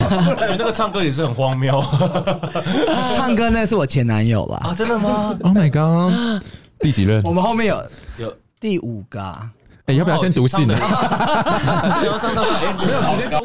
那个唱歌也是很荒谬。 唱歌那是我前男友吧？ 啊，真的吗 ？Oh my god！ 第几任？ 我们后面有第5个。 要不要先读信呢？ 没有直接。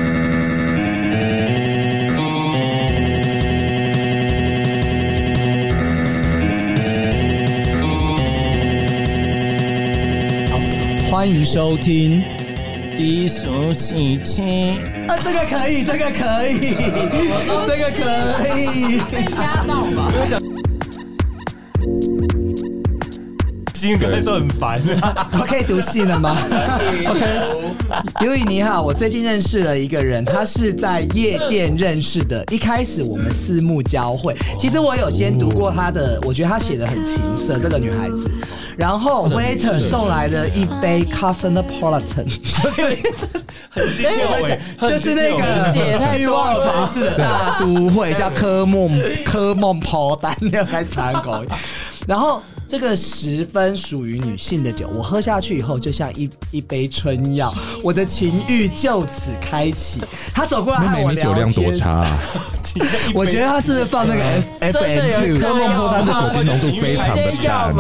欢迎收听低俗喜庆啊，这个可以，这个可以，这个可以， 压到吧？ 信刚才说很烦， 我可以读信了吗 ？OK， 刘宇你好，我最近认识了一个人，他是在夜店认识的。一开始我们四目交汇，其实我有先读过他的，我觉得他写的很情色，这个女孩子。然后 waiter 送来了一杯 Cosmopolitan， 很低调哎， 就是那个欲望城市的大都会，叫科梦坡丹，要开始谈口音。然后这个10分属于女性的酒，我喝下去以后，就像一杯春药，我的情欲就此开启。他走过来和我聊天， 你酒量多差啊！ 我觉得他是不是放那个 FM2？ 科梦坡丹的酒精浓度非常的淡。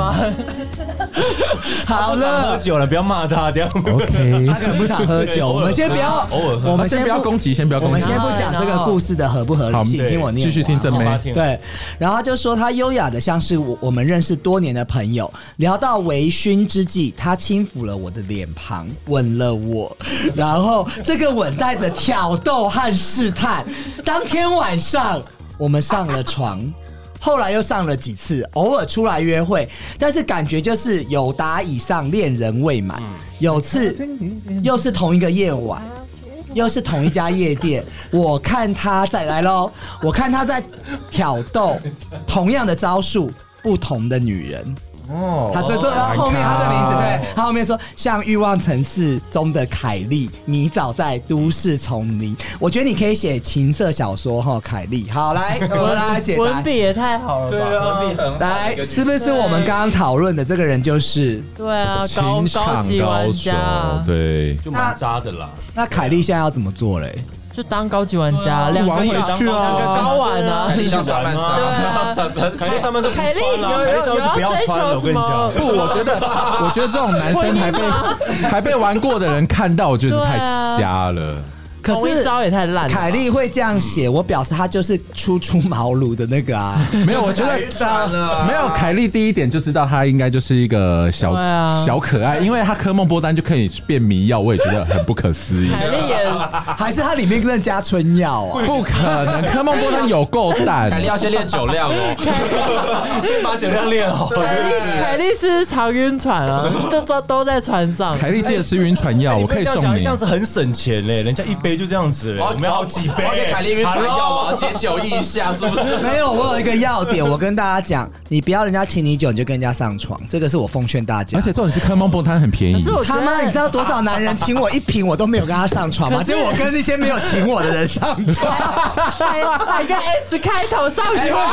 好了， 喝酒了，不要骂他，这样 OK。 他可能不常喝酒，我们先不要， 偶尔喝。 我们先不要攻击， 我们先不讲这个故事的合不合理性，听我念。 继续听正妹。 对，然后他就说他优雅的像是我们认识多年的朋友，聊到微醺之际，他轻抚了我的脸庞，吻了我，然后这个吻带着挑逗和试探。当天晚上我们上了床，后来又上了几次，偶尔出来约会，但是感觉就是有达以上，恋人未满。有次又是同一个夜晚，又是同一家夜店，我看他再来咯，我看他在挑逗同样的招数，不同的女人。他这后面他的名字，对，他后面说像欲望城市中的凯莉，迷早在都市丛林。我觉得你可以写情色小说哈，凯莉。好，来我们来解答。 文笔也太好了吧？文笔很好。 来，是不是我们刚刚讨论的这个人就是？ 对啊，高级玩家， 对， 就蛮渣的啦。 那凯莉现在要怎么做嘞？ 就当高级玩家， 玩回去啊， 两个高玩啊， 凯莉上上半身， 凯莉上半身， 凯莉有要追求什么？ 不，我觉得这种男生还被玩过的人看到，我觉得太瞎了。 可是一招也太烂了。 凯莉会这样写，我表示他就是初出茅庐的那个啊。 没有，我觉得没有凯莉第一点就知道他应该就是一个小可爱，因为他科梦波丹就可以变迷药，我也觉得很不可思议。 凯莉也还是他里面真的加春药啊？ 不可能，科梦波丹有够淡。 凯莉要先练酒量哦， 先把酒量练好。 凯莉是常晕船啊，都在船上。 凯莉记得吃晕船药，我可以送你。 这样子很省钱嘞，人家一杯就这样子嘞，我们要好几杯。 我给凯莉晕船药，我要解酒意一下，是不是？ 没有，我有一个要点，我跟大家讲，你不要人家请你酒，你就跟人家上床，这个是我奉劝大家。 而且重点是科梦波丹很便宜。 他妈，你知道多少男人请我一瓶，我都没有跟他上床吗？结果我跟那些没有请我的人上床， 还跟 S 开头上床，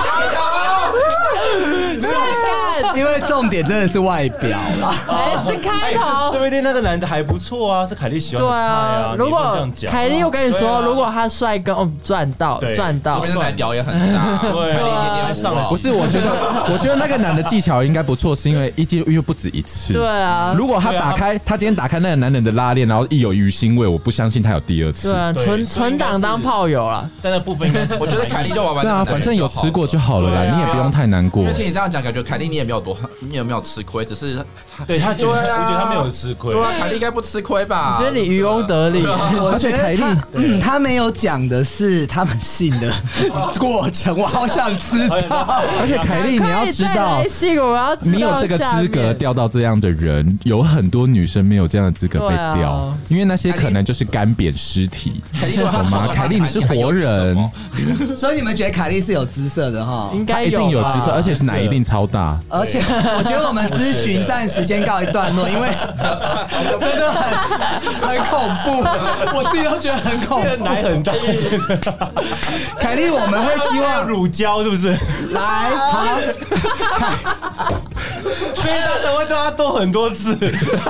帅干！ 因为重点真的是外表啦。 S 开头， 说不定那个男的还不错啊，是凯莉喜欢的菜啊。 如果凯莉，我跟你说，如果他帅哥，赚到， 说明那男屌也很大。 对， 凯莉一点上来。 不是，我觉得那个男的技巧应该不错，是因为因为不止一次。 对啊， 如果他今天打开那个男人的拉链，然后一有鱼腥味，我不相信他有第二次。 对啊，纯档当炮友啦， 在那部分应该是。 我觉得凯莉就玩。 对啊，反正有吃过就好了啦，你也不用太难过。 因为听你这样讲，感觉凯莉你也没有吃亏，只是对他觉得，我觉得他没有吃亏。 对啊，凯莉应该不吃亏吧？ 我觉得你渔翁得利。 而且凯莉，他没有讲的是他们性的过程，我好想知道。 而且凯莉，你要知道，你有这个资格钓到这样的人，有很多女生没有这样的资格被钓，因为那些可能就是干扁尸体，懂吗？凯莉，你是活人， 所以你们觉得凯莉是有姿色的哈？ 应该一定有姿色，而且是奶一定超大。 而且我觉得我们咨询暂时先告一段落，因为真的很恐怖，我自己都觉得很恐怖， 奶很大。 凯莉，我们会希望乳胶是不是？ 来，好， 所以他才会对他斗很多次。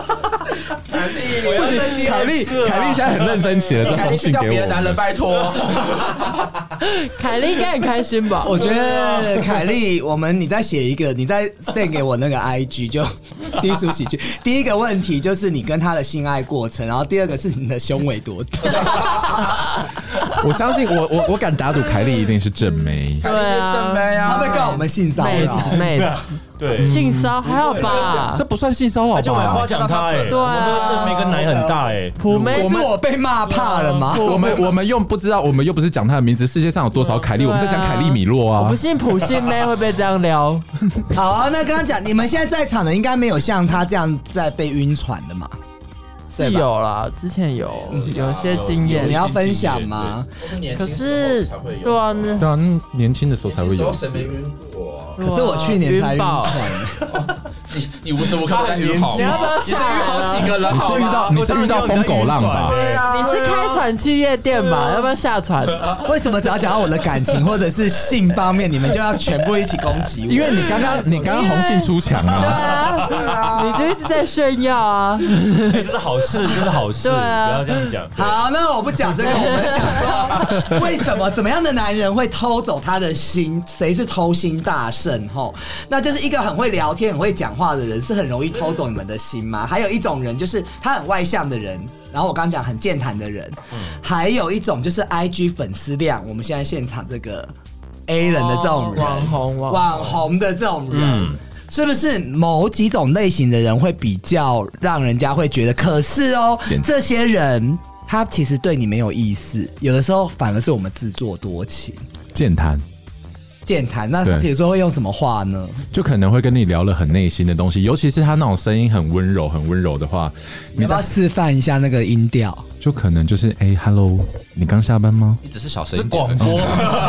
凯莉现在很认真写了这封信给我。 别的男人拜托。 凯莉应该很开心吧？ 我觉得凯莉，你再写一个，你再 send 给我那个 IG 就低俗喜剧。第一个问题就是你跟他的性爱过程，然后第二个是你的胸围多大。 我相信我敢打赌凯莉一定是正妹。 凯莉是正妹啊， 他会告我们性骚扰。 妹子， 对， 性骚还好吧？ 这不算性骚扰就我还夸吧？ 奖他哎， 对啊， 我说正妹跟奶很大哎， 普妹是我被骂怕了吗？ 我们又不知道，我们又不是讲她的名字，世界上有多少凯莉？我们在讲凯莉米洛啊。 我不信普信妹会被这样撩。 好啊，那刚刚讲你们现在在场的应该没有像他这样在被晕船的嘛？ 是有啦，之前有些经验。 你要分享吗？ 可是，对啊， 那年轻的时候才会有。 谁没晕过？ 可是我去年才晕船。 你无时无刻都在晕好， 你要不要你是晕好几个人好吗？ 你是遇到疯狗浪吧？ 对啊， 你是开船去夜店吧？要不要下船？ 为什么只要讲到我的感情或者是性方面，你们就要全部一起攻击我？ 因为你刚刚红杏出墙啊！ 对啊，你就一直在炫耀啊！ 这是好事，这是好事，不要这样讲。 好，那我不讲这个，我们想说，为什么怎么样的男人会偷走他的心？谁是偷心大圣？吼，那就是一个很会聊天、很会讲话的人，是很容易偷走你们的心吗？还有一种人就是他很外向的人，然后我刚刚讲很健谈的人，还有一种就是 IG 粉丝量，我们现在现场这个 A 人的这种人，网红的这种人。是不是某几种类型的人会比较让人家会觉得？可是这些人他其实对你没有意思，有的时候反而是我们自作多情。 健谈，那比如说会用什么话呢？ 就可能会跟你聊了很内心的东西，尤其是他那种声音很温柔的话， 你要不要示范一下那个音调？ 就可能就是，Hello， 你刚下班吗？ 你只是小声一点， 广播，我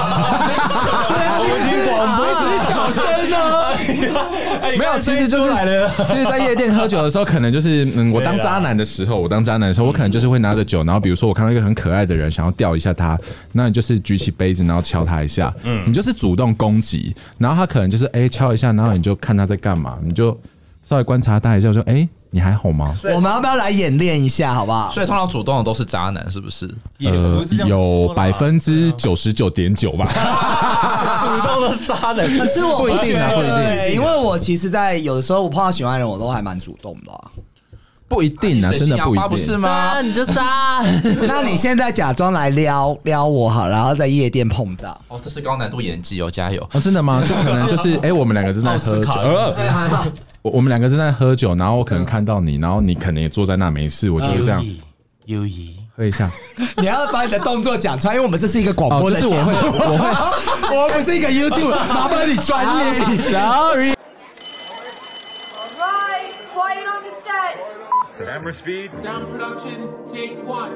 们听广播只是小声啊。 没有，其实就是其实，在夜店喝酒的时候，可能就是我当渣男的时候，我可能就是会拿着酒，然后比如说我看到一个很可爱的人，想要吊一下他，那你就是举起杯子，然后敲他一下，你就是主动攻击，然后他可能就是敲一下，然后你就看他在干嘛，你就稍微观察他一下，说你还好吗？ 我们要不要来演练一下，好不好？ 所以通常主动的都是渣男，是不是？ 有99.9%吧。 主动的渣男， 可是我不一定啊，不一定， 因为我其实，在有的时候我碰到喜欢的人，我都还蛮主动的。 不一定啊，真的不一定， 不是吗？ 你就渣。 那你现在假装来撩我好，然后在夜店碰到。 这是高难度演技哦，加油！ 真的吗？就可能就是我们两个正在喝酒。我们两个正在喝酒，然后我可能看到你，然后你可能也坐在那没事，我就是这样优怡喝一下。 你要把你的动作讲出来，因为我们这是一个广播的节目，我会，我不是一个 YouTube， 麻烦你专业一点。Sorry。 Alright, quiet on the set. Camera speed. Sound production, take one.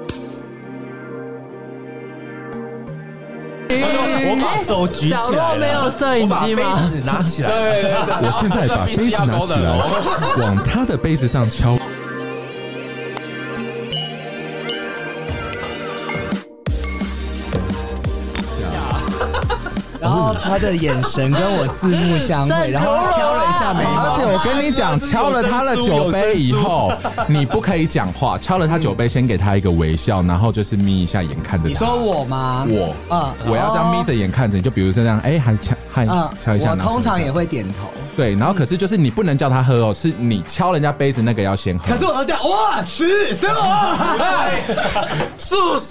我把手举起来， 角落没有摄影机吗？ 我把杯子拿起来， 对， 我现在把杯子拿起来，往他的杯子上敲。 然后他的眼神跟我四目相会，然后挑了一下眉毛。 而且我跟你讲，敲了他的酒杯以后，你不可以讲话。敲了他酒杯，先给他一个微笑，然后就是眯一下眼看着他。 你说我吗？ 我要这样眯着眼看着你，就比如说这样，还敲一下。 我通常也会点头。 对，然后可是就是你不能叫他喝是你敲人家杯子那个要先喝。 可是我都讲哇素，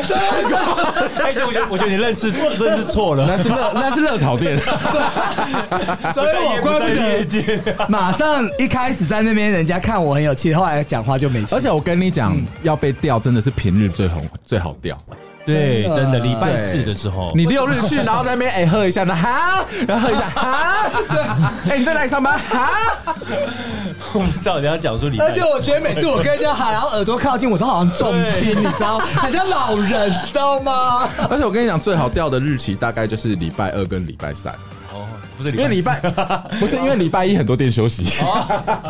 我觉得你认识错了， 那是热炒店， 所以我怪不得马上一开始在那边人家看我很有气，后来讲话就没气。 而且我跟你讲，要被钓真的是平日最好钓。 对，真的礼拜四的时候， 你6日去，然后在那边喝一下，然后喝一下，对，你在哪里上班？ 我不知道人家讲说礼拜四， 而且我觉得每次我跟人家喊，然后耳朵靠近，我都好像中听，你知道，很像老人，你知道吗？ 而且我跟你讲，最好钓的日期大概就是礼拜2跟礼拜3。 不是因为礼拜不是因为礼拜1很多店休息。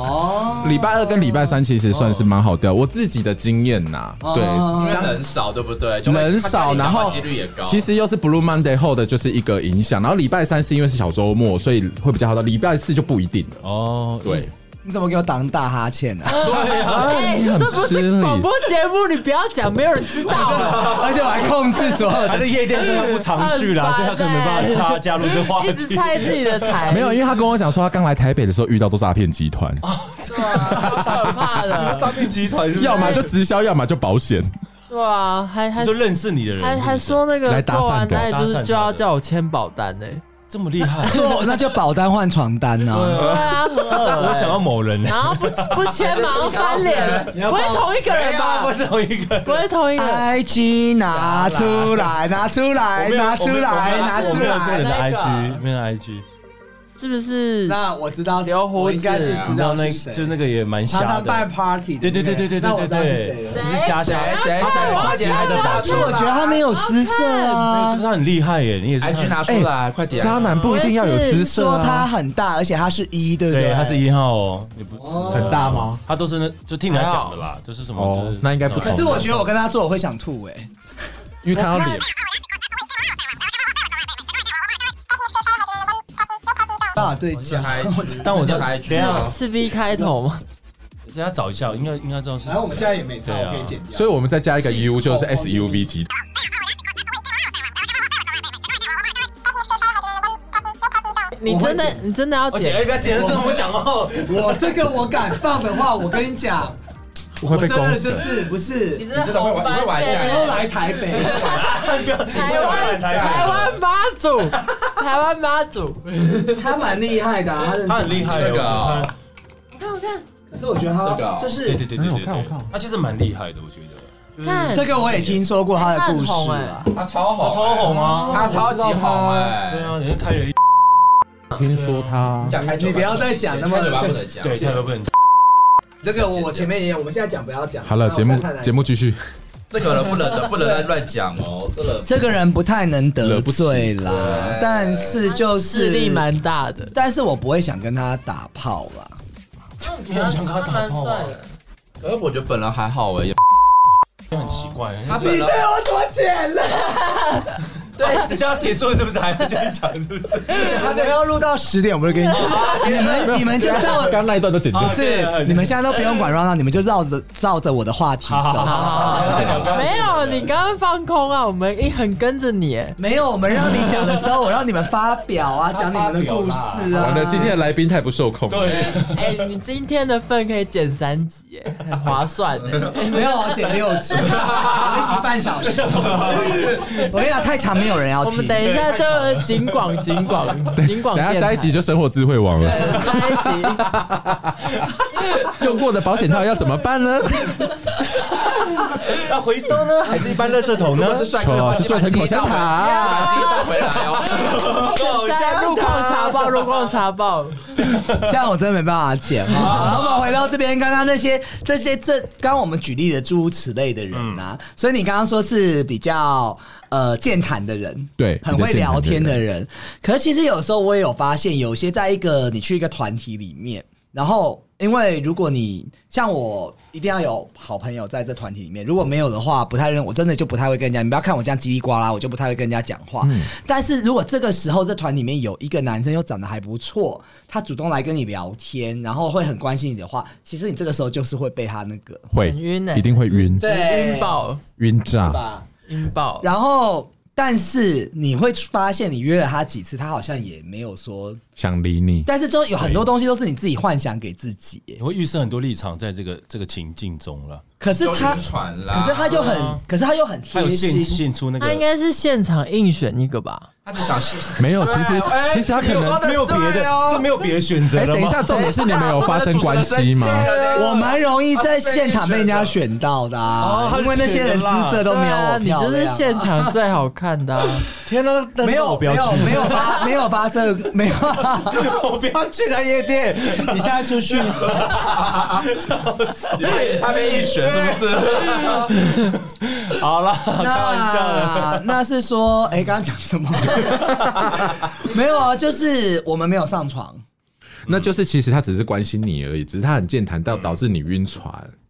哦，礼拜二跟礼拜三其实算是蛮好调，我自己的经验呐，对， 因为人少，对不对？ 人少，然后几率也高。 其实又是 Blue Monday 后的就是一个影响，然后礼拜三是因为是小周末，所以会比较好的，礼拜四就不一定了。哦，对。 你怎么给我挡大哈欠呢？ 对啊，这不是广播节目，你不要讲，没有人知道。 而且我还控制所有， 他的夜店是他不常去啦，所以他可能没办法加入这话题。 一直猜自己的台， 没有，因为他跟我讲说，他刚来台北的时候遇到都诈骗集团。 对啊，可怕的诈骗集团， 要么就直销，要么就保险。 对啊，还就认识你的人， 还说那个做完那就要叫我签保单呢。 这么厉害， 那就保单换床单呢？ 对啊， 我想要某人， 然后不签马上翻脸，不会同一个人吧？ 不是同一个， 不会同一个人。 IG 拿出来，拿出来，拿出来，拿出来。 这人的 IG 没有 IG。 是不是？ 那我知道留胡子， 应该是知道是谁， 就那个也蛮瞎的， 常常办 party， 对。那我知道是谁了，你是瞎谁？ 可是我觉得他没有姿色啊， 这个他很厉害耶，你也是 IG 拿出来，快点！ 渣男不一定要有姿色说他很大，而且他是1，对不对？ 他是1号哦，你不很大吗？ 他都是那就听人家讲的啦，就是什么， 那应该不。 可是我觉得我跟他做我会想吐哎， 因为看到脸。 办法对讲， 但我还等下是 V 开头吗？ 大家找一下，应该知道是。 然后我们现在也没差，可以剪掉。 所以我们再加一个 U， 就是 SUV 集。 你真的要剪？ 不要剪，这怎么讲哦？ 我这个我敢放的话，我跟你讲。 我会被公审， 就是不是？ 你真的会玩一下， 又来台北， 台湾妈祖， 他蛮厉害的， 他很厉害， 这个我看， 可是我觉得他就是对，他其实蛮厉害的，我觉得。 这个我也听说过他的故事啊， 他超红啊，他超级红哎， 对啊，人家开了一。 听说他， 你不要再讲那么对，下不能。 这个我前面也有，我们现在讲不要讲。 好了，节目继续。 这个人不能再乱讲哦， 这个人不太能得罪啦，但是就是势力蛮大的， 但是我不会想跟他打炮啦。 你很想跟他打炮啊？ 可是我觉得本人还好哎，也很奇怪。 你对我多剪了。 对，等下要结束是不是？还要继续讲是不是？ 我们要录到10点，我不是跟你讲，你们就照刚那一段都剪掉。 不是，你们现在都不用管 round， 你们就照着我的话题走。 没有，你刚刚放空啊，我们很跟着你。 没有，我们让你讲的时候，我让你们发表啊，讲你们的故事啊。 完了，今天的来宾太不受控。 对，你今天的份可以减3集，很划算的。 没有，我剪6集，1集半小时。我跟你讲，太长没有人要听。 我们等一下就警广。 等下下一集就生活智慧网了。 下一集用过的保险套要怎么办呢？ 要回收呢，还是一般垃圾桶呢？ 是帅哥的， 是做成口香糖。 带回来哦。 现在路况查报， 这样我真的没办法剪。好，我们回到这边，刚刚刚我们举例的诸如此类的人啊，所以你刚刚说是比较健谈的人， 对， 很会聊天的人。可是其实有时候我也有发现，有些你去一个团体里面，然后因为如果你像我，一定要有好朋友在这团体里面，如果没有的话，我真的就不太会跟人家。你不要看我这样叽里呱啦，我就不太会跟人家讲话。但是如果这个时候这团里面有一个男生又长得还不错，他主动来跟你聊天，然后会很关心你的话，其实你这个时候就是会被他那个会晕一定会晕， 对， 晕爆， 晕炸吧， 晕爆。 然后。但是你会发现，你约了他几次，他好像也没有说想理你。 但是就有很多东西都是你自己幻想给自己， 你会预设很多立场在这个情境中了。 可是他又很贴心， 献出那个， 他应该是现场硬选一个吧？ 他只想没有，其实他可能没有别的，是没有别的选择了吗？ 等一下，重点是你们有发生关系吗？ 我蛮容易在现场被人家选到的，因为那些人姿色都没有我漂亮。 你就是现场最好看的。 天哪，没有发生，没有， 我不要去那夜店。 你现在出去， 他被硬选是不是？ 好了，开玩笑的。 那是说，刚刚讲什么？没有啊，就是我们没有上床。 那就是其实他只是关心你而已，只是他很健谈到导致你晕船。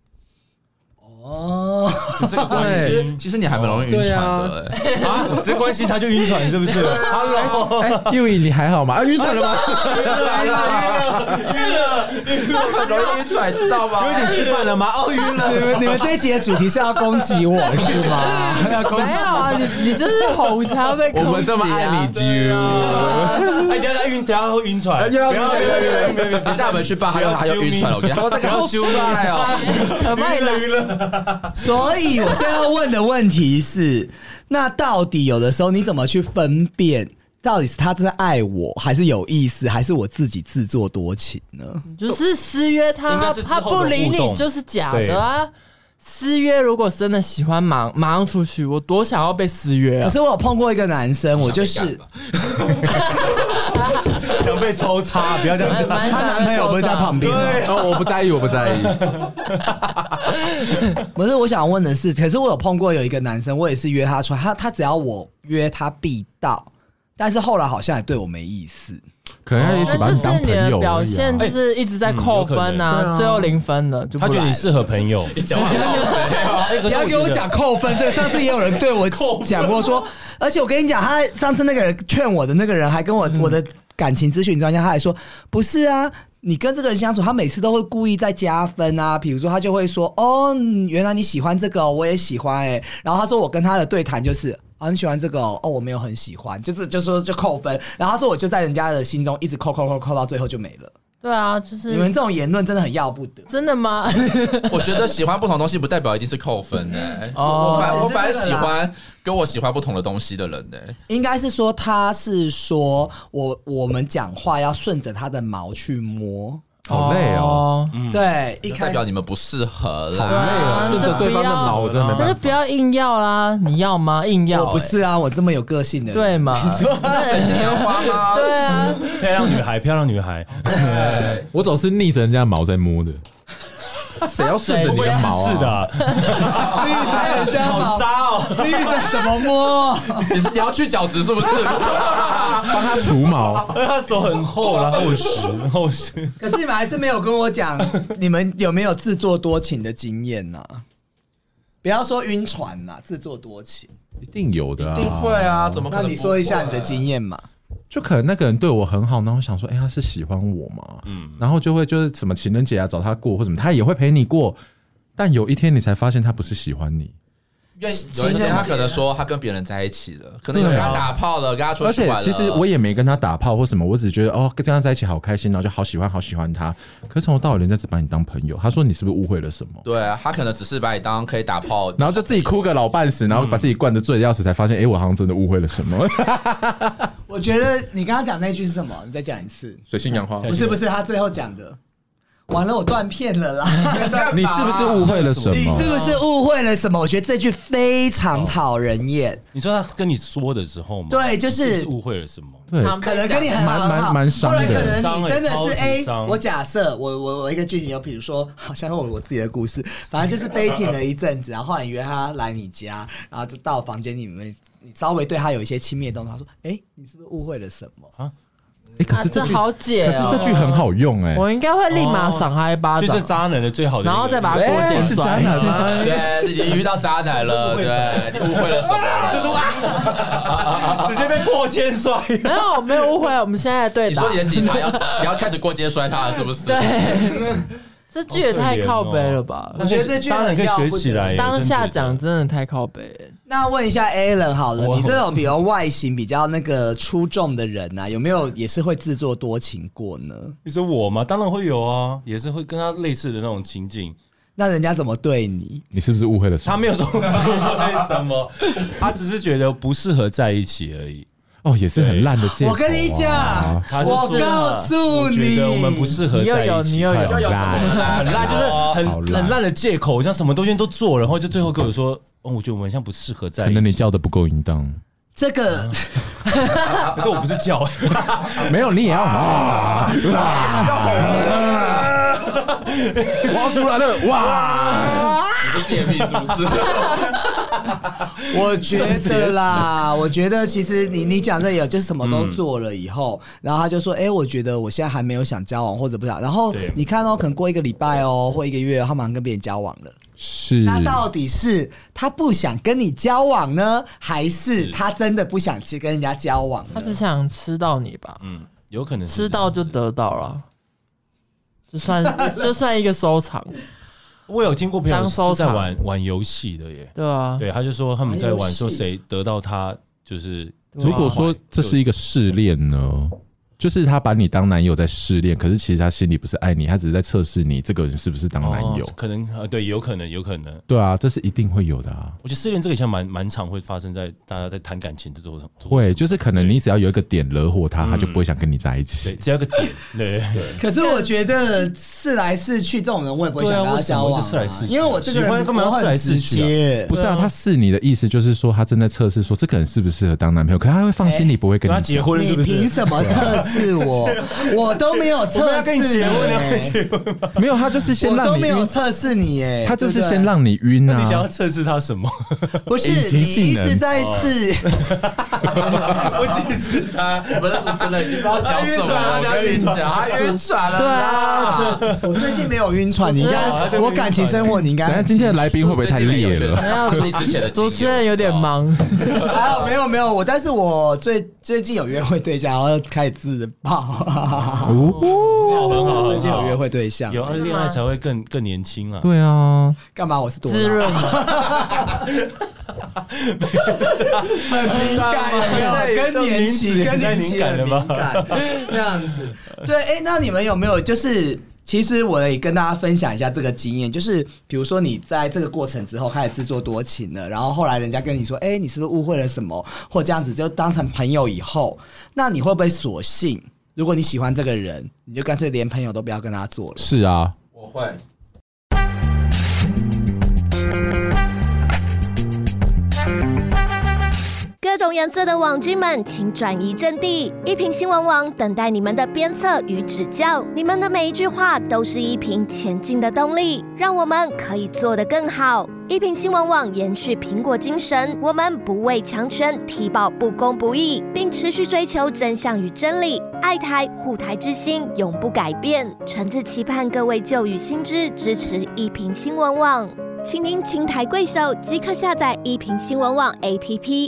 哦， 就这个关心， 其实你还蛮容易晕船的啊！你只关心他就晕船是不是 ？Hello， 佑仪你还好吗？晕船了吗？ 晕了，很容易晕船，知道吗？ 有点吃饭了吗？哦，晕了。 你们这一集的主题是要攻击我是吗？ 没有啊，你就是红才要被攻击啊。 我们这么爱你就， 哎，等下晕，等下会晕船。不要， 等下我们去吧，他又晕船了。我跟他说那个好帅哦， 晕了。 所以我现在要问的问题是，那到底有的时候你怎么去分辨，到底是他真的爱我，还是有意思，还是我自己自作多情呢？ 就是私约他不理你就是假的啊。私约如果真的喜欢马上出去，我多想要被私约啊！ 可是我有碰过一个男生，我就是想被抽插，不要这样子。 他男朋友不是在旁边吗？ 我不在意，我不在意。 不是，我想问的是，可是我有碰过有一个男生，我也是约他出来，他只要我约他必到，但是后来好像也对我没意思。 可能他也许把你当朋友而已啊。 但就是你的表现就是一直在扣分啊，最后0分了，就他觉得你适合朋友。 你讲话不要给我讲扣分，这个上次也有人对我讲过说，而且我跟你讲，他上次那个人劝我的那个人还跟我的感情咨询专家，他还说不是啊。你跟这个人相处，他每次都会故意在加分啊。比如说，他就会说：“哦，原来你喜欢这个哦，我也喜欢哎。”然后他说：“我跟他的对谈就是啊，你喜欢这个哦，我没有很喜欢，就说就扣分。”然后他说：“我就在人家的心中一直扣到最后就没了。” 对啊，就是你们这种言论真的很要不得。 真的吗？ 我觉得喜欢不同东西不代表一定是扣分的。我反而喜欢跟我喜欢不同的东西的人呢。 应该是说他是说我们讲话要顺着他的毛去摸。 好累哦， 对， 代表你们不适合啦。 好累哦，顺着对方的毛，我真的没办法。 但是不要硬要啦，你要吗？硬要？ 我不是啊，我这么有个性的人。 对嘛？ 是水性杨花吗？ 对啊， 漂亮女孩。 我总是逆着人家毛在摸的。谁要顺着你的毛啊？ 是的， 逆着人家毛， 好渣哦！ 逆着怎么摸？ 你要去角质是不是？ 帮他除毛， 他手很厚，然后厚实。 可是你们还是没有跟我讲，你们有没有自作多情的经验呢？不要说晕船啦，自作多情一定有的啊， 一定会啊，怎么可能？ 那你说一下你的经验嘛？ 就可能那个人对我很好，然后我想说，他是喜欢我嘛？然后就会就是什么情人节啊找他过或什么，他也会陪你过，但有一天你才发现他不是喜欢你。 有一天他可能说他跟别人在一起了，可能有跟他打炮了，跟他出去玩了。 而且其实我也没跟他打炮或什么，我只觉得跟他在一起好开心，然后就好喜欢他。可是从头到尾人家只把你当朋友，他说你是不是误会了什么？ 对啊，他可能只是把你当可以打炮， 然后就自己哭个老半死，然后把自己灌得醉得要死，才发现我好像真的误会了什么。 我觉得你刚刚讲那句是什么？你再讲一次。 水性杨花？ 不是，他最后讲的。完了，我断片了啦！ 你是不是误会了什么？ 你是不是误会了什么？我觉得这句非常讨人厌。 你说他跟你说的时候吗？ 对，就是误会了什么？ 对， 可能跟你很好， 蛮伤的。 不然可能你真的是我假设我一个剧情，就比如说，好像我自己的故事，反正就是 dating 了一阵子，然后后来你约他来你家，然后就到房间里面，你稍微对他有一些亲密的动作，他说：“你是不是误会了什么啊？” 可是这句好解， 可是这句很好用我应该会立马赏他一巴掌。 所以这渣男的最好的， 然后再把他过肩摔。 对，你遇到渣男了，对，你误会了什么？ 直接被过肩摔。 没有误会，我们现在对打。 你说你的警察你要开始过肩摔他了，是不是？ 对。这句也太靠北了吧！ 我觉得这句渣男可以学起来。 当下讲真的太靠北。 那问一下 Alan 好了，你这种比如外形比较那个出众的人啊，有没有也是会自作多情过呢？ 你说我吗？当然会有啊，也是会跟他类似的那种情境。 那人家怎么对你？ 你是不是误会了什么？ 他没有说误会什么，他只是觉得不适合在一起而已。 也是很烂的借口。 我跟你讲，我告诉你， 觉得我们不适合在一起。 你又有什么很烂，就是很烂的借口，像什么东西都做了，然后就最后跟我说，我觉得我们像不适合在一起。 可能你叫的不够淫荡。 这个， 可是我不是叫， 没有，你也要挖出来了，哇！ 你是泄密是不是？ 我觉得啦，我觉得其实你讲这有就是什么都做了以后，然后他就说，我觉得我现在还没有想交往或者不想，然后你看可能过1个礼拜或1个月，他马上跟别人交往了。 是， 那到底是他不想跟你交往呢，还是他真的不想去跟人家交往呢？ 他是想吃到你吧？ 有可能吃到就得到了，就算一个收藏。 我有听过朋友是在玩游戏的耶， 对啊， 对，他就说他们在玩，说谁得到他就是。 如果说这是一个试炼呢？就是他把你当男友在试炼，可是其实他心里不是爱你，他只是在测试你这个人是不是当男友。 可能对，有可能。 对啊，这是一定会有的啊。 我觉得试炼这个像蛮常会发生在大家在谈感情这种。 会，就是可能你只要有一个点惹火他，他就不会想跟你在一起。 对，只要一个点。对。 可是我觉得试来试去这种人，我也不会想跟他交往。 试来试去， 因为我这个人干嘛要试来试去？ 不是啊，他试你的意思就是说他正在测试，说这个人适不适合当男朋友，可是他会放心里不会跟你结婚，是不是？ 你凭什么测试我？我都没有测试你， 没有，他就是先让你晕， 我都没有测试你耶， 他就是先让你晕啊。 你想要测试他什么？ 不是你一直在试， 我其实我们的主持人已经不知道讲什么了，我跟你讲，他晕船了。 对啊，我最近没有晕船，你看我感情生活，你应该。 但今天的来宾会不会太烈了？ 没有，之前的主持人有点忙。 没有，但是我最近有约会对象，然后开始自爆。最近有约会对象， 有恋爱才会更年轻啊。 对啊， 干嘛？我是多滋润吗？ 很敏感，更年期很敏感，这样子。对，那你们有没有就是？其实我也跟大家分享一下这个经验，就是比如说你在这个过程之后开始自作多情了，然后后来人家跟你说，你是不是误会了什么，或这样子就当成朋友以后，那你会不会索性，如果你喜欢这个人，你就干脆连朋友都不要跟他做了？ 是啊， 我会。 各种颜色的网军们，请转移阵地。一品新闻网等待你们的鞭策与指教。你们的每一句话都是一品前进的动力，让我们可以做得更好。一品新闻网延续苹果精神，我们不畏强权，提报不公不义，并持续追求真相与真理。爱台护台之心永不改变，诚挚期盼各位旧与新知支持一品新闻网。请您青台贵手即刻下载一品新闻网 APP。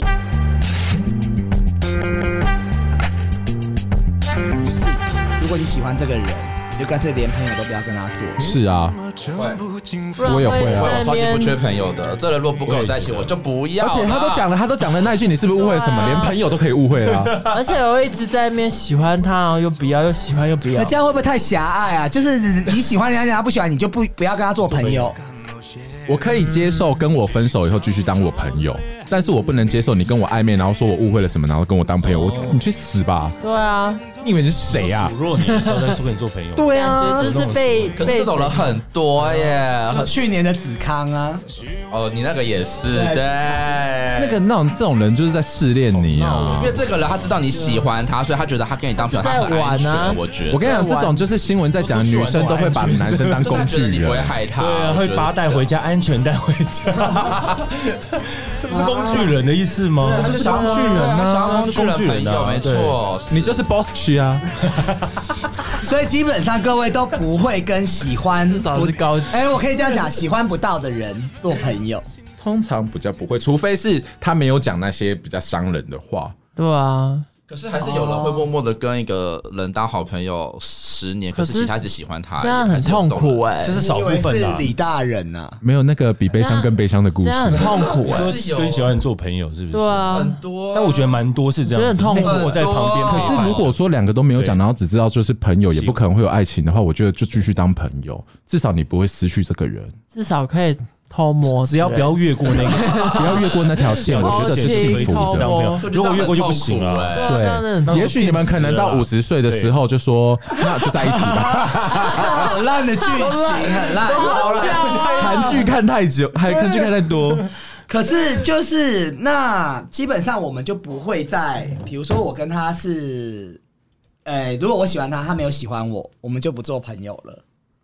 如果你喜欢这个人，你就干脆连朋友都不要跟他做。 是啊，我也会啊， 我超级不缺朋友的。这人如果不跟我在一起，我就不要。 而且他都讲了那一句，你是不是误会什么？连朋友都可以误会了。 而且我一直在那边喜欢他，然后又不要，又喜欢又不要。 那这样会不会太狭隘啊？就是你喜欢人家，人家不喜欢你，就不要跟他做朋友。 我可以接受跟我分手以后继续当我朋友，但是我不能接受你跟我暧昧，然后说我误会了什么，然后跟我当朋友，你去死吧！ 对啊， 你以为你是谁啊？ 数落你的时候再说跟你做朋友。 对啊， 就是被。 可是这种人很多耶， 去年的子康啊， 你那个也是对。 这种人就是在试炼你啊， 因为这个人他知道你喜欢他，所以他觉得他跟你当朋友他很安全。我觉得， 我跟你讲，这种就是新闻在讲，女生都会把男生当工具人， 你不会害他， 对啊，会把他带回家，安全带回家。这不是工具人的意思吗？ 这就是工具人啊，工具人朋友，没错， 你就是 boss 区啊。 所以基本上各位都不会跟喜欢至少是高级。 我可以这样讲，喜欢不到的人做朋友， 通常比较不会，除非是他没有讲那些比较伤人的话。 对啊。 可是还是有人会默默的跟一个人当好朋友10年，可是其他只喜欢他， 这样很痛苦这是少部分啦。是李大人啊， 没有那个比悲伤更悲伤的故事， 这样很痛苦说跟喜欢人做朋友是不是？ 对啊， 很多。 但我觉得蛮多是这样， 很痛苦。 我在旁边。 可是如果说两个都没有讲，然后只知道就是朋友，也不可能会有爱情的话，我觉得就继续当朋友，至少你不会失去这个人， 至少可以。偷摸， 只要不要越过那个， 不要越过那条线，我觉得是幸福的。 如果越过就不行了。 对，也许你们可能到50岁的时候就说，那就在一起吧。 好烂的剧情，很烂。 韩剧看太久，韩剧看太多。 可是就是那基本上我们就不会在，比如说我跟他是，如果我喜欢他，他没有喜欢我，我们就不做朋友了。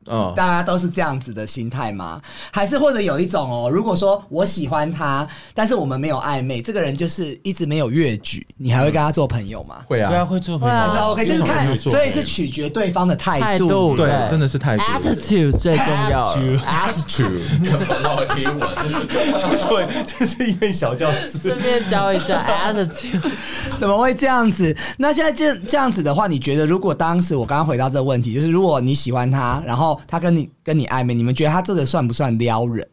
大家都是这样子的心态吗？还是或者有一种哦，如果说我喜欢他，但是我们没有暧昧，这个人就是一直没有越矩，你还会跟他做朋友吗？ 会啊， 对啊，会做朋友。 还是 OK， 就是看，所以是取决对方的态度。 对，真的是态度。 Attitude 最重要。 Attitude， 这是一个小教室， 顺便教一下 attitude。 怎么会这样子？那现在就这样子的话，你觉得如果当时我刚刚回到这个问题，就是如果你喜欢他，然后他跟你暧昧，你们觉得他这个算不算撩人？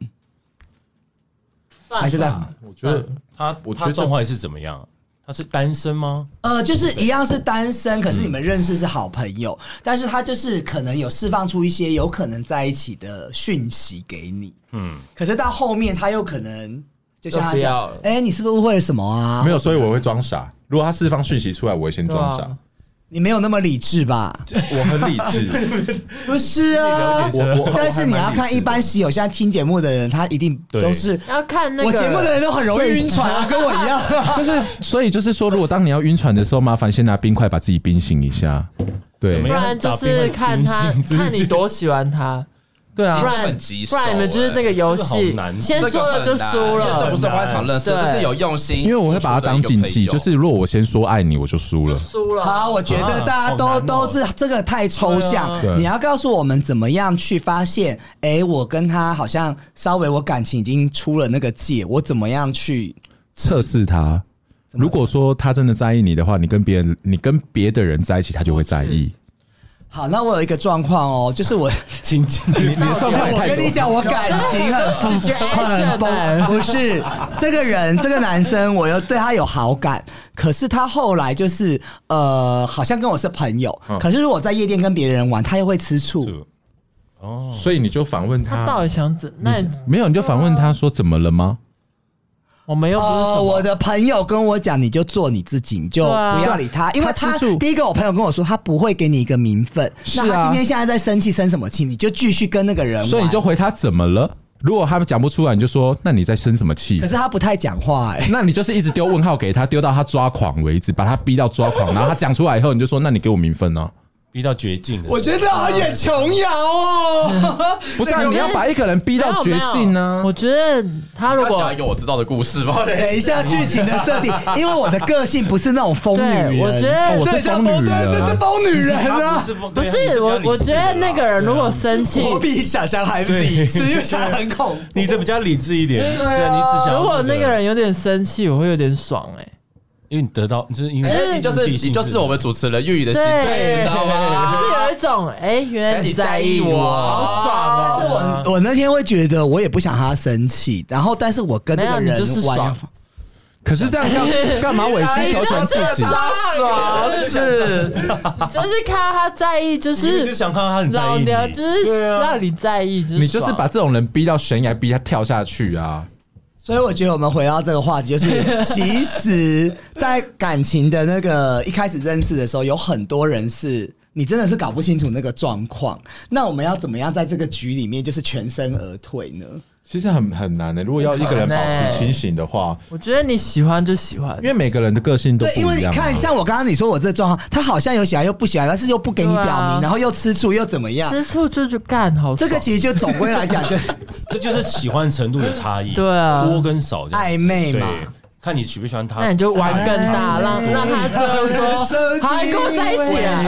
还是在？ 我觉得他状况是怎么样？他是单身吗？ 就是一样是单身，可是你们认识是好朋友，但是他就是可能有释放出一些有可能在一起的讯息给你，可是到后面他又可能就像他讲，你是不是误会了什么啊？ 没有，所以我会装傻。如果他释放讯息出来，我会先装傻。 你没有那么理智吧？ 我很理智， 不是啊。但是你要看一般喜友现在听节目的人，他一定都是要看那个。 我节目的人都很容易晕船啊，跟我一样。 所以就是说，如果当你要晕船的时候，麻烦先拿冰块把自己冰醒一下。对， 不然就是看你多喜欢他。 对啊，不然你们就是那个游戏，先说了就输了。 这不是花场认识，这是有用心。 因为我会把它当竞技，就是如果我先说爱你，我就输了。 好，我觉得大家都是这个太抽象，你要告诉我们怎么样去发现，我跟他好像稍微我感情已经出了那个界，我怎么样去测试他？如果说他真的在意你的话，你跟别的人在一起，他就会在意。 好，那我有一个状况哦，就是我， 你的状况我跟你讲，我感情很丰，不是这个人，这个男生，我又对他有好感，可是他后来就是好像跟我是朋友，可是如果在夜店跟别人玩，他又会吃醋。 哦，所以你就反问他到底想怎？那没有，你就反问他说怎么了吗？ 我们又不是什么我的朋友跟我讲，你就做你自己，你就不要理他，因为他第一个我朋友跟我说，他不会给你一个名分。那他今天现在在生气，生什么气？你就继续跟那个人玩。 所以你就回他怎么了？如果他讲不出来，你就说那你在生什么气？ 可是他不太讲话那你就是一直丢问号给他，丢到他抓狂为止，把他逼到抓狂，然后他讲出来以后，你就说那你给我名分呢？ 逼到绝境的， 我觉得好演琼瑶哦。 不是啊，你要把一个人逼到绝境呢？ 我觉得他如果讲一个我知道的故事吧， 等一下剧情的设定，因为我的个性不是那种疯女人， 我觉得我是疯女人， 这是疯女人啊！ 不是我觉得那个人如果生气， 我比想象还理智，因为想很恐怖。 你的比较理智一点，对啊，你只想如果那个人有点生气，我会有点爽因为你得到，就是因为你就是我们主持人玉宇的心态，你知道吗？ 就是有一种原来你在意我，好爽哦！ 但是我那天会觉得，我也不想他生气，然但是我跟这个人就是爽。 可是这样干嘛委曲求全自己？ 爽是，就是看到他在意，就是想看到他很在意你， 就是让你在意， 你就是把这种人逼到悬崖，逼他跳下去啊！ 所以我觉得我们回到这个话题，就是其实，在感情的那个一开始认识的时候，有很多人是你真的是搞不清楚那个状况。那我们要怎么样在这个局里面就是全身而退呢？ 其实很难的。如果要一个人保持清醒的话， 我觉得你喜欢就喜欢， 因为每个人的个性都不一样。 对，因为你看，像我刚刚你说我这状况，他好像有喜欢又不喜欢，但是又不给你表明，然后又吃醋又怎么样？ 吃醋就干好。 这个其实就总归来讲， 这就是喜欢程度的差异， 对啊， 多跟少暧昧嘛。 看你喜不喜欢他， 那你就玩更大，让他最后说，好，跟我在一起啊！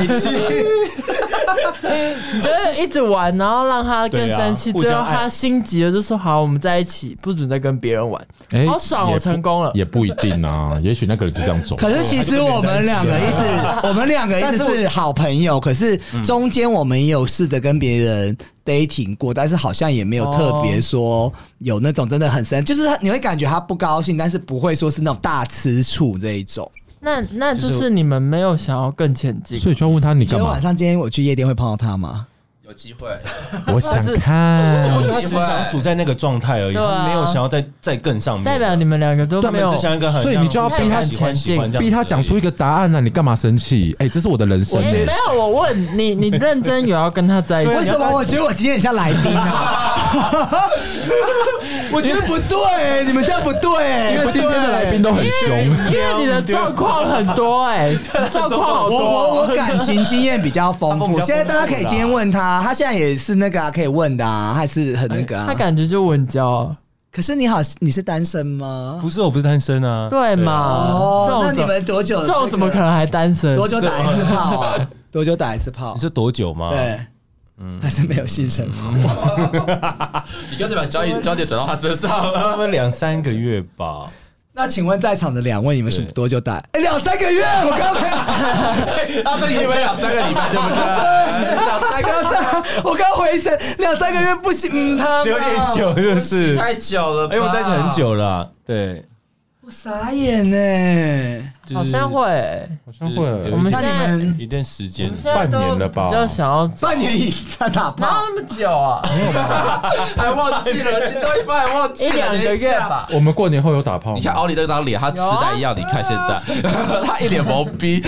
你就一直玩，然后让他更生气，最后他心急了，就说好，我们在一起，不准再跟别人玩。好爽，我成功了。 也不一定啊，也许那个人就这样走。 可是其实我们两个一直是好朋友，可是中间我们也有试着跟别人 dating 过，但是好像也没有特别说有那种真的很深，就是你会感觉他不高兴，但是不会说是那种大吃醋这一种。 那就是你们没有想要更前进， 所以就要问他你干嘛？ 晚上今天我去夜店会碰到他吗？ 有机会， 我想看。 我觉得他只是想处在那个状态而已，他没有想要再更上面。 代表你们两个都没有， 所以你就要逼他前进，逼他讲出一个答案啊！你干嘛生气？这是我的人生。 没有，我问你，你认真有要跟他在一起？ 为什么我觉得我今天很像来宾啊？ 我觉得不对，你们这样不对， 因为今天的来宾都很凶， 因为你的状况很多状况好多。 我感情经验比较丰富，现在大家可以今天问他，他现在也是那个可以问的啊，还是很那个啊。 他感觉就稳交。 可是你好，你是单身吗？ 不是，我不是单身啊。 对嘛？ 那你们多久？ 这种怎么可能还单身？ 多久打一次炮啊？多久打一次炮？ 你是多久吗？ 对，还是没有性生活。 你刚才把焦点转到他身上了， 他们2-3个月吧。 那请问在场的2位，你们是多久打？2-3个月，我刚才他们以为2-3个礼拜，对不对 ？2-3个，我刚回神，2-3个月不行，他有点久，就是太久了。 因为我在一起很久了，对。 我傻眼呢， 好像会， 好像会。 我们现在一段时间， 半年了吧？ 比较想要半年以上打炮， 哪有那么久啊？ 没有吧？ 还忘记了，其中一方还忘记了 1-2个月吧。 我们过年后有打炮。 你看奥利那张脸，他痴呆一样。你看现在，他一脸懵逼。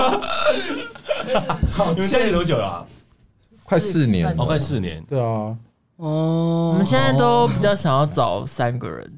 你们在一起多久了？ 快4年， 快4年。 对啊。 我们现在都比较想要找3个人。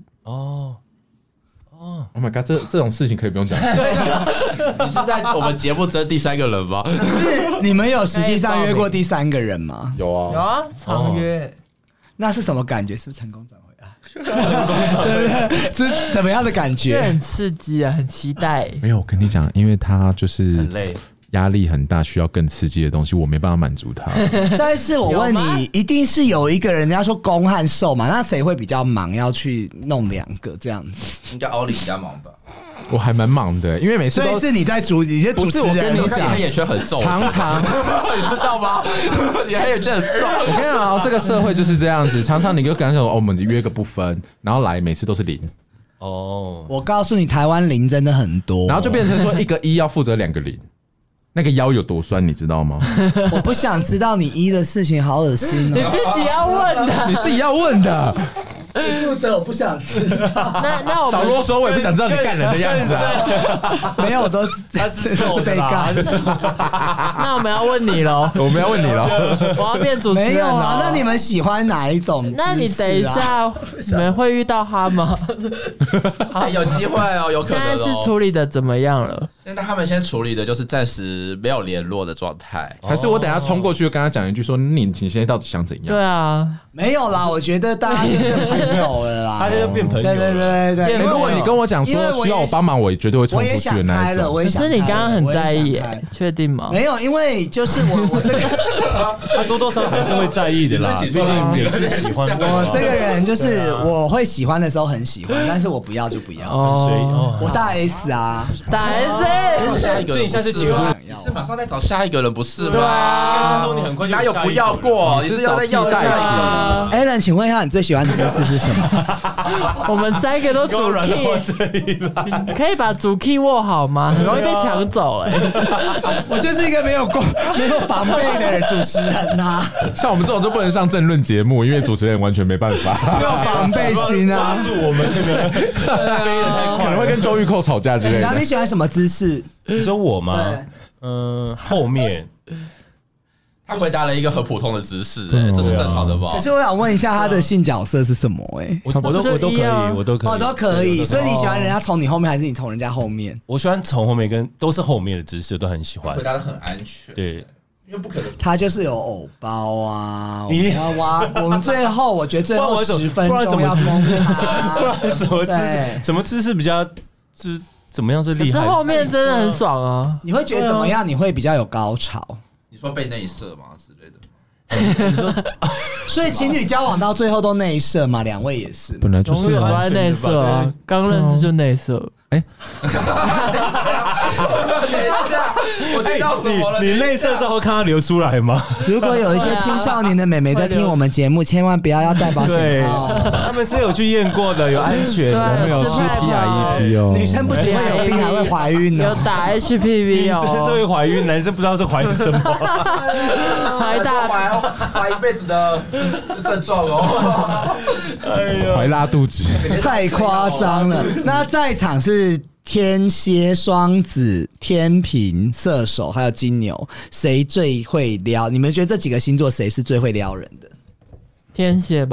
Oh my god， 这种事情可以不用讲。 你是在我们节目争第3个人吗？ 是你们有实际上约过第3个人吗？ 有啊， 常约。 那是什么感觉？是不是成功转回来？成功转回来是怎么样的感觉？ 就很刺激啊，很期待。 没有，我跟你讲，因为他就是很累。 压力很大，需要更刺激的东西，我没办法满足他。 但是我问你，一定是有一个人家说攻和受嘛？那谁会比较忙，要去弄2个这样子？ 应该奥利比较忙吧？ 我还蛮忙的，因为每次都是你在你是主持人。 不是我跟你讲， 黑眼圈很重， 常你知道吗？你黑眼圈很重。 我跟你讲，这个社会就是这样子，常常你就感觉我们约个不分，然后来每次都是0。 我告诉你，台湾0真的很多， 然后就变成说1个1要负责2个0。那个腰有多酸，你知道吗？ 我不想知道你1的事情，好恶心哦！ 你自己要问的， 你自己要问的。 负责我不想知道。 那我少啰嗦，我也不想知道你干人的样子啊。 没有， 他是被干。 那我们要问你喽，我要变主持人。 没有啊，那你们喜欢哪一种？ 那你等一下，你们会遇到他吗？ 有机会哦，有可能。 现在是处理的怎么样了？ 现在他们先处理的就是暂时没有联络的状态。 还是我等一下冲过去跟他讲一句说你现在到底想怎样？ 对啊， 没有啦，我觉得大家就是朋友了啦， 他就变朋友。 对。 如果你跟我讲说需要我帮忙，我绝对会冲出去的那一种。 可是你刚刚很在意，确定吗？ 没有，因为就是我这个， 他多多少少还是会在意的啦，毕竟也是喜欢。 我这个人就是我会喜欢的时候很喜欢，但是我不要就不要。我大 S 啊， 大 S， 下一个， 所以你现在是结婚， 你是马上在找下一个人不是吗？ 对啊， 应该是说你很快就哪有不要过？你是要在要下一个。 Alan， 请问一下，你最喜欢的姿势是什么？ 我们3个都主 key， 你可以把主 key 握好吗？很容易被抢走我就是一个没有防备的主持人呐。 像我们这种就不能上政论节目，因为主持人完全没办法， 没有防备心啊， 抓住我们那个飞得太快， 可能会跟周玉蔻吵架之类的。 你喜欢什么姿势？ 你说我吗？后面。 他回答了一个很普通的姿势，这是正常的吧？ 可是我想问一下，他的性角色是什么？ 我都可以，都可以。 所以你喜欢人家从你后面，还是你从人家后面？ 我喜欢从后面，都是后面的姿势，都很喜欢。 回答的很安全， 对， 因为不可能。 他就是有偶包啊！我们最后，我觉得最后10分钟要攻他， 不然什么姿势？什么姿势比较怎么样是厉害？ 可是后面真的很爽啊！ 你会觉得怎么样？你会比较有高潮？ 你说被内射吗之类的？ 所以情侣交往到最后都内射嘛？2位也是， 本来就是都在内射啊，刚认识就内射。 等一下，我听到什么了？ 你内射之后看他流出来吗？ 如果有一些青少年的妹妹在听我们节目，千万不要带保险套。 他们是有去验过的，有安全， 我们有吃 PREP 哦。 女生不仅会有病，还会怀孕呢。 有打 HPV 哦， 女生是会怀孕，男生不知道是怀什么， 怀一辈子的症状哦。 怀拉肚子， 太夸张了。那在场是天蝎、双子、天秤、射手，还有金牛，谁最会撩？你们觉得这几个星座谁是最会撩人的？ 天蝎吧。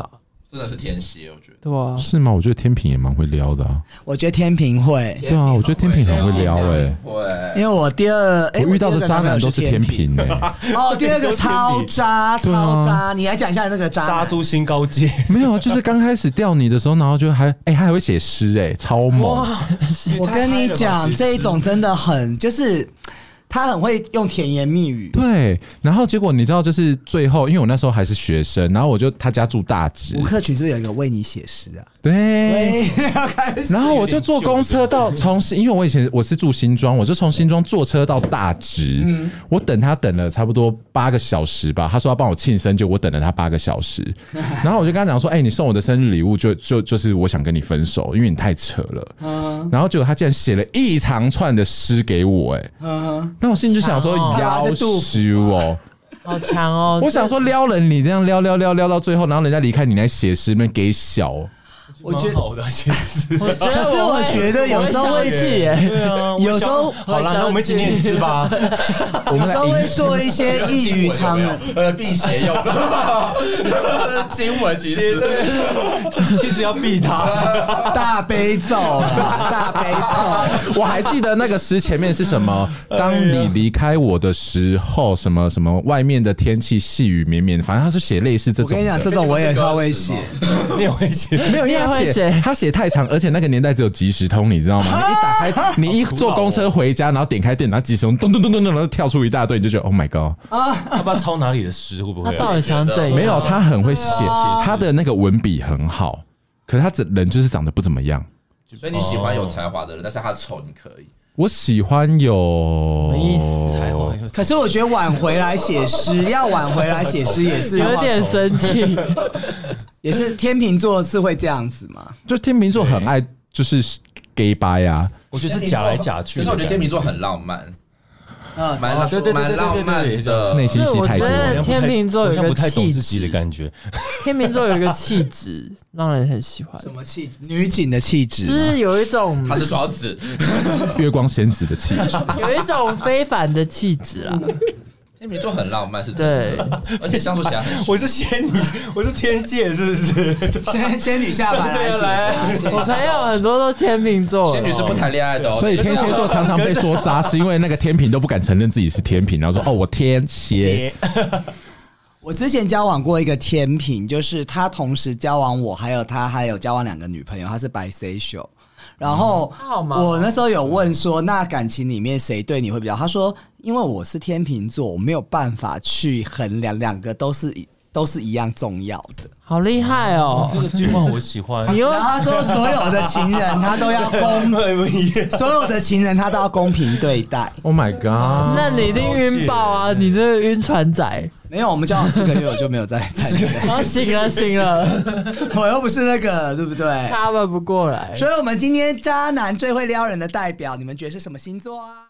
真的是天蝎，我觉得。 对啊， 是吗？我觉得天秤也蛮会撩的啊。 我觉得天秤会， 对啊，我觉得天秤很会撩会。 因为我我遇到的渣男都是天秤哦，第二个超渣，超渣，你来讲一下那个渣。 渣出新高阶。 没有，就是刚开始钓你的时候，然后就他还会写诗，超猛。 我跟你讲，这一种真的很就是。他很会用甜言蜜语， 对，然后结果你知道，就是最后，因为我那时候还是学生，然后他家住大直， 吴克群是不是有一个为你写诗啊？ 对，然后我就坐公车因为我以前我是住新庄，我就从新庄坐车到大直，我等他等了差不多8个小时吧，他说要帮我庆生，就我等了他8个小时，然后我就跟他讲说，你送我的生日礼物就是我想跟你分手，因为你太扯了，然后结果他竟然写了一长串的诗给我，那我心里就想说，要羞哦， 好强哦！ 我想说撩人，你这样撩到最后，然后人家离开你来写诗，那给小。 我觉得好的写诗， 可是我觉得有时候会对啊， 有时候好了，那我们一起念诗吧。 我们稍微做一些异语常辟邪用经文，其实要避他大悲咒，大悲咒。 我还记得那个诗前面是什么？当你离开我的时候，什么什么外面的天气细雨绵绵，反正他是写类似这种。 我跟你讲，这种我也超会写， 你也会写？ 没有，因为他写太长，而且那个年代只有即时通，你知道吗？你一打开，你一坐公车回家，然后点开电脑，即时通，咚咚咚咚咚，然后跳出一大堆，你就觉得 Oh my God！ 他不知道抄哪里的诗，会不会？ 他到底想怎样？ 没有，他很会写，他的那个文笔很好，可是他人就是长得不怎么样。 所以你喜欢有才华的人，但是他丑你可以。 我喜欢有什么意思？ 才华， 可是我觉得晚回来写诗，要晚回来写诗也是有点生气。 也是天秤座是会这样子吗？ 就天秤座很爱就是 gay 掰啊， 我觉得是假来假去。 可是我觉得天秤座很浪漫，蛮浪漫的， 内心戏太多。 我觉得天秤座有一个不太懂自己的感觉。 天秤座有一个气质，让人很喜欢。 什么气质？女警的气质， 就是有一种她是双子， 月光仙子的气质， 有一种非凡的气质啊。 天秤座很浪漫，是真的，而且相处起来很。 我是仙女，我是天蝎，是不是？ 仙女下凡来， 我朋友很多都天秤座， 仙女是不谈恋爱的， 所以天蝎座常常被说渣，是因为那个天秤都不敢承认自己是天秤，然后说我天蝎。 我之前交往过一个天秤，就是他同时交往我，还有交往2个女朋友，他是 bisexual。然后我那时候有问说，那感情里面谁对你会比较？他说，因为我是天秤座，我没有办法去衡量2个都是一样重要的。 好厉害哦！ 这个句话我喜欢。 然后他说，所有的情人他都要所有的情人他都要公平对待。 Oh my god！ 那你一定晕爆啊！你这个晕船仔。 没有，我们交往4个月我就没有再哦，醒了， 我又不是那个，对不对 ？cover 不过来。 所以我们今天渣男最会撩人的代表，你们觉得是什么星座啊？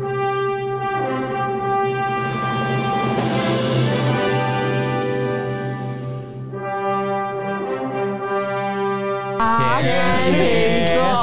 天秤座。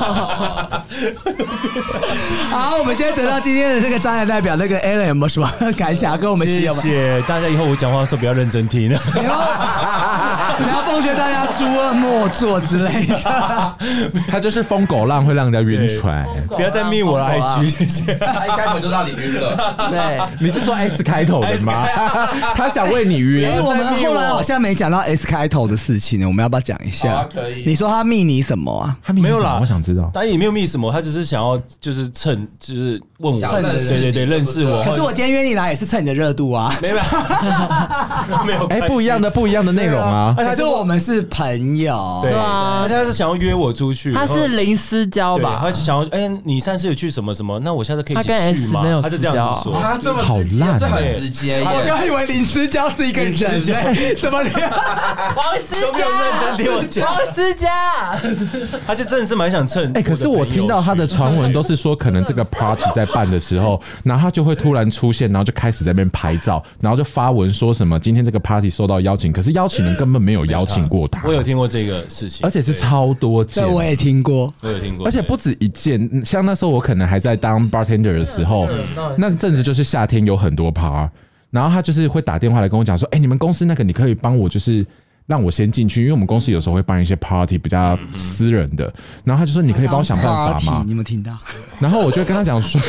好，我们现在得到今天的这个渣男代表，那个 Alan 有没有什么感想跟我们谢谢大家，以后我讲话的时候不要认真听了。 你要奉劝大家诸恶莫作之类的。 他就是疯狗浪，会让人家晕船。 不要再密我的 IG， 谢谢。 他一开口就让你晕了。 对， 你是说 S 开头的吗？他想为你晕。 我们后来好像没讲到 S 开头的事情呢，我们要不要讲一下？ 可以。 你说他密你什么啊？ 他密没有啦， 我想知道。 他也没有密什么，他只是想要就是就是问我，对认识我。 可是我今天约你来也是蹭你的热度啊， 没有， 不一样的内容啊。 可是我们是朋友， 对啊，他是想要约我出去， 他是零私交吧？ 他想要，你上次有去什么什么？那我下次可以一起去吗？他是这样子说， 他这么好烂， 这很直接。 我刚以为林私交是一个人，什么王思佳， 他就真的是蛮想蹭。 可是我听到他的传闻都是说，可能这个 party 在办的时候，然后他就会突然出现，然后就开始在那边拍照，然后就发文说什么今天这个 party 受到邀请，可是邀请人根本没有邀请过他。 我有听过这个事情， 而且是超多件。 这我也听过， 而且不止一件。像那时候我可能还在当 bartender 的时候，那阵子就是夏天有很多 par，然后他就是会打电话来跟我讲说，你们公司那个你可以帮我就是让我先进去，因为我们公司有时候会办一些 party 比较私人的，然后他就说你可以帮我想办法吗？ 你有没有听到？ 然后我就跟他讲说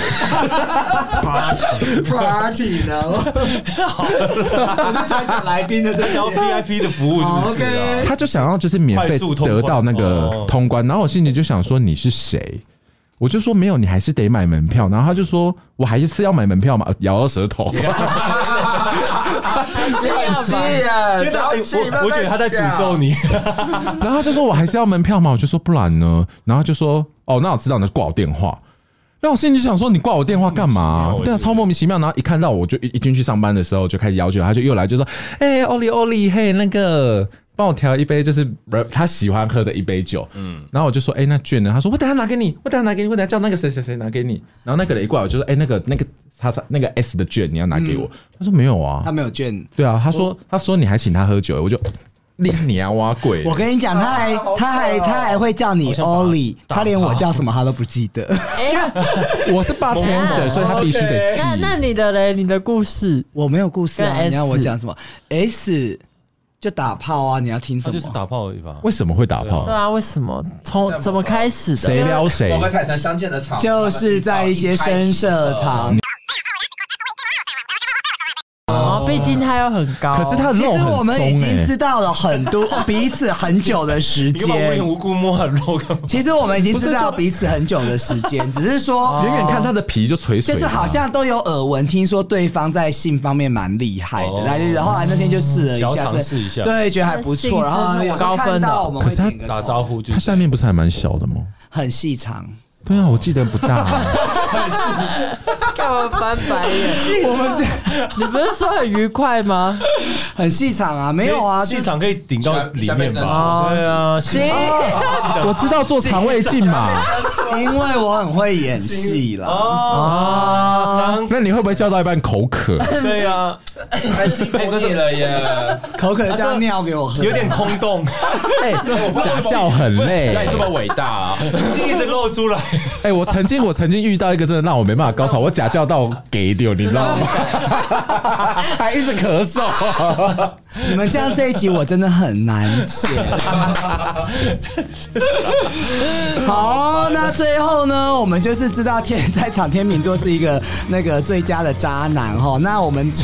party 呢？我在想讲来宾的这交 VIP 的服务是不是啊？ 他就想要就是免费得到那个通关，然后我心里就想说你是谁？我就说没有，你还是得买门票。然后他就说我还是要买门票嘛，咬到舌头。 我觉得他在诅咒你。 然后他就说我还是要门票嘛，我就说不然呢？然后就说哦，那我知道，那就挂我电话。那我心里就想说你挂我电话干嘛？对啊，超莫名其妙。然后一看到我就一进去上班的时候就开始要求，他就又来就说，欧丽，嘿，那个。帮我调一杯，就是他喜欢喝的一杯酒。然后我就说，那券呢？他说我等下拿给你，我等下叫那个谁拿给你。然后那个人一过来，我就说，那个 S 的券你要拿给我。他说没有啊， 他没有券。 对啊，他说你还请他喝酒，我就你啊挖鬼。 我跟你讲，他还会叫你 Ollie， 他连我叫什么他都不记得。 我是bartender，所以他必须得记。 那你的嘞？你的故事？ 我没有故事啊，你要我讲什么 ？S。就打炮啊！你要听什么？ 就是打炮而已吧。 为什么会打炮？ 对啊，为什么？从怎么开始的？ 谁撩谁？ 某个坦诚相见的场， 就是在一些声色场。 毕竟他又很高， 可是他的肉很松。 其实我们已经知道了很多彼此很久的时间。 你无辜摸他的肉干嘛？ 其实我们已经知道彼此很久的时间，只是说远远看他的皮就垂垂， 就是好像都有耳闻，听说对方在性方面蛮厉害的。然后来那天就试了一下， 试一下， 对，觉得还不错。然后有时候看到我们会点个打招呼， 他下面不是还蛮小的吗？ 很细长。 对啊，我记得不大。 干嘛翻白眼？ 我们是， 你不是说很愉快吗？ 很细长啊，没有啊， 细长可以顶到里面吧？对啊， 我知道做肠胃镜嘛， 因为我很会演戏啦。 那你会不会叫到一半口渴？ 对啊， 太辛苦你了耶！ 口渴叫尿给我喝， 有点空洞。 假叫很累， 那你这么伟大啊， 一直露出来。 我曾经遇到一个真的让我没办法高潮，我假叫到给丢，你知道吗？还一直咳嗽。 你们这样这一集我真的很难剪。好，那最后呢，我们就是知道在场天秤座是一个那个最佳的渣男哈。那我们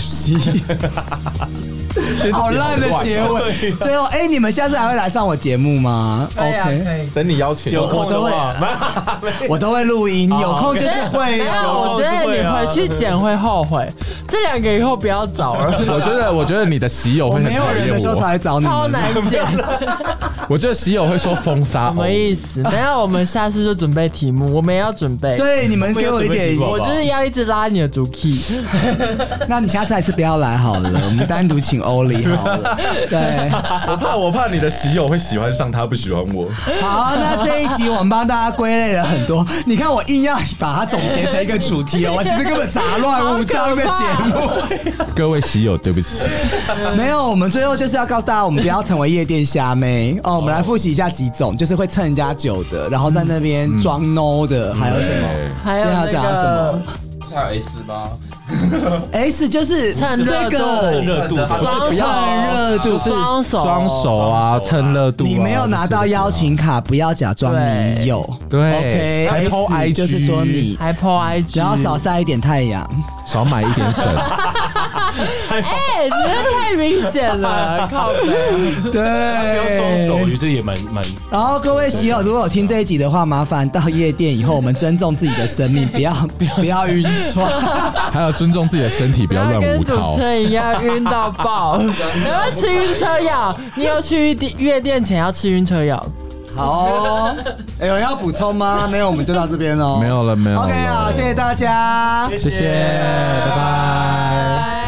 好烂的结尾。最后，你们下次还会来上我节目吗 ？OK， 等你邀请， 有空的话， 我都会录音，有空就是会。 我觉得你回去剪会后悔，这两个以后不要找了。 我觉得你的喜友会很讨厌我， 没有人的时候才来找你， 超难剪。 我觉得喜友会说封杀， 什么意思？没有，我们下次就准备题目，我们也要准备。 对，你们给我一点， 我就是要一直拉你的主 key。 那你下次还是不要来好了，我们单独请欧里好了。对， 我怕你的喜友会喜欢上他，不喜欢我。 好，那这一集我们帮大家归类了很多。你看我硬要把它总结成一个主题哦，我其实根本杂乱无章的节目。 各位喜友，对不起。 没有，我们最后就是要告诉大家，我们不要成为夜店虾妹哦。我们来复习一下几种，就是会蹭人家酒的，然后在那边装 no 的，还有什么？ 还有那个。 还有 S 吗 ？S 就是蹭这个热度， 不要热度， 双手啊，蹭热度。 你没有拿到邀请卡，不要假装你有。 对 ，OK， 还 po IG， 就是说你还 po IG， 然后少晒一点太阳， 少买一点粉。 你这太明显了，靠北。 对， 不要装手，于是也蛮。 然后各位喜友，如果有听这一集的话，麻烦到夜店以后，我们尊重自己的生命，不要晕船， 还有尊重自己的身体，不要乱无套。 跟主持人一样晕到爆，有没有吃晕车药？你有去夜店前要吃晕车药？ 好，有人要补充吗？没有，我们就到这边喽。 没有了。 OK， 好，谢谢大家， 谢谢，拜拜。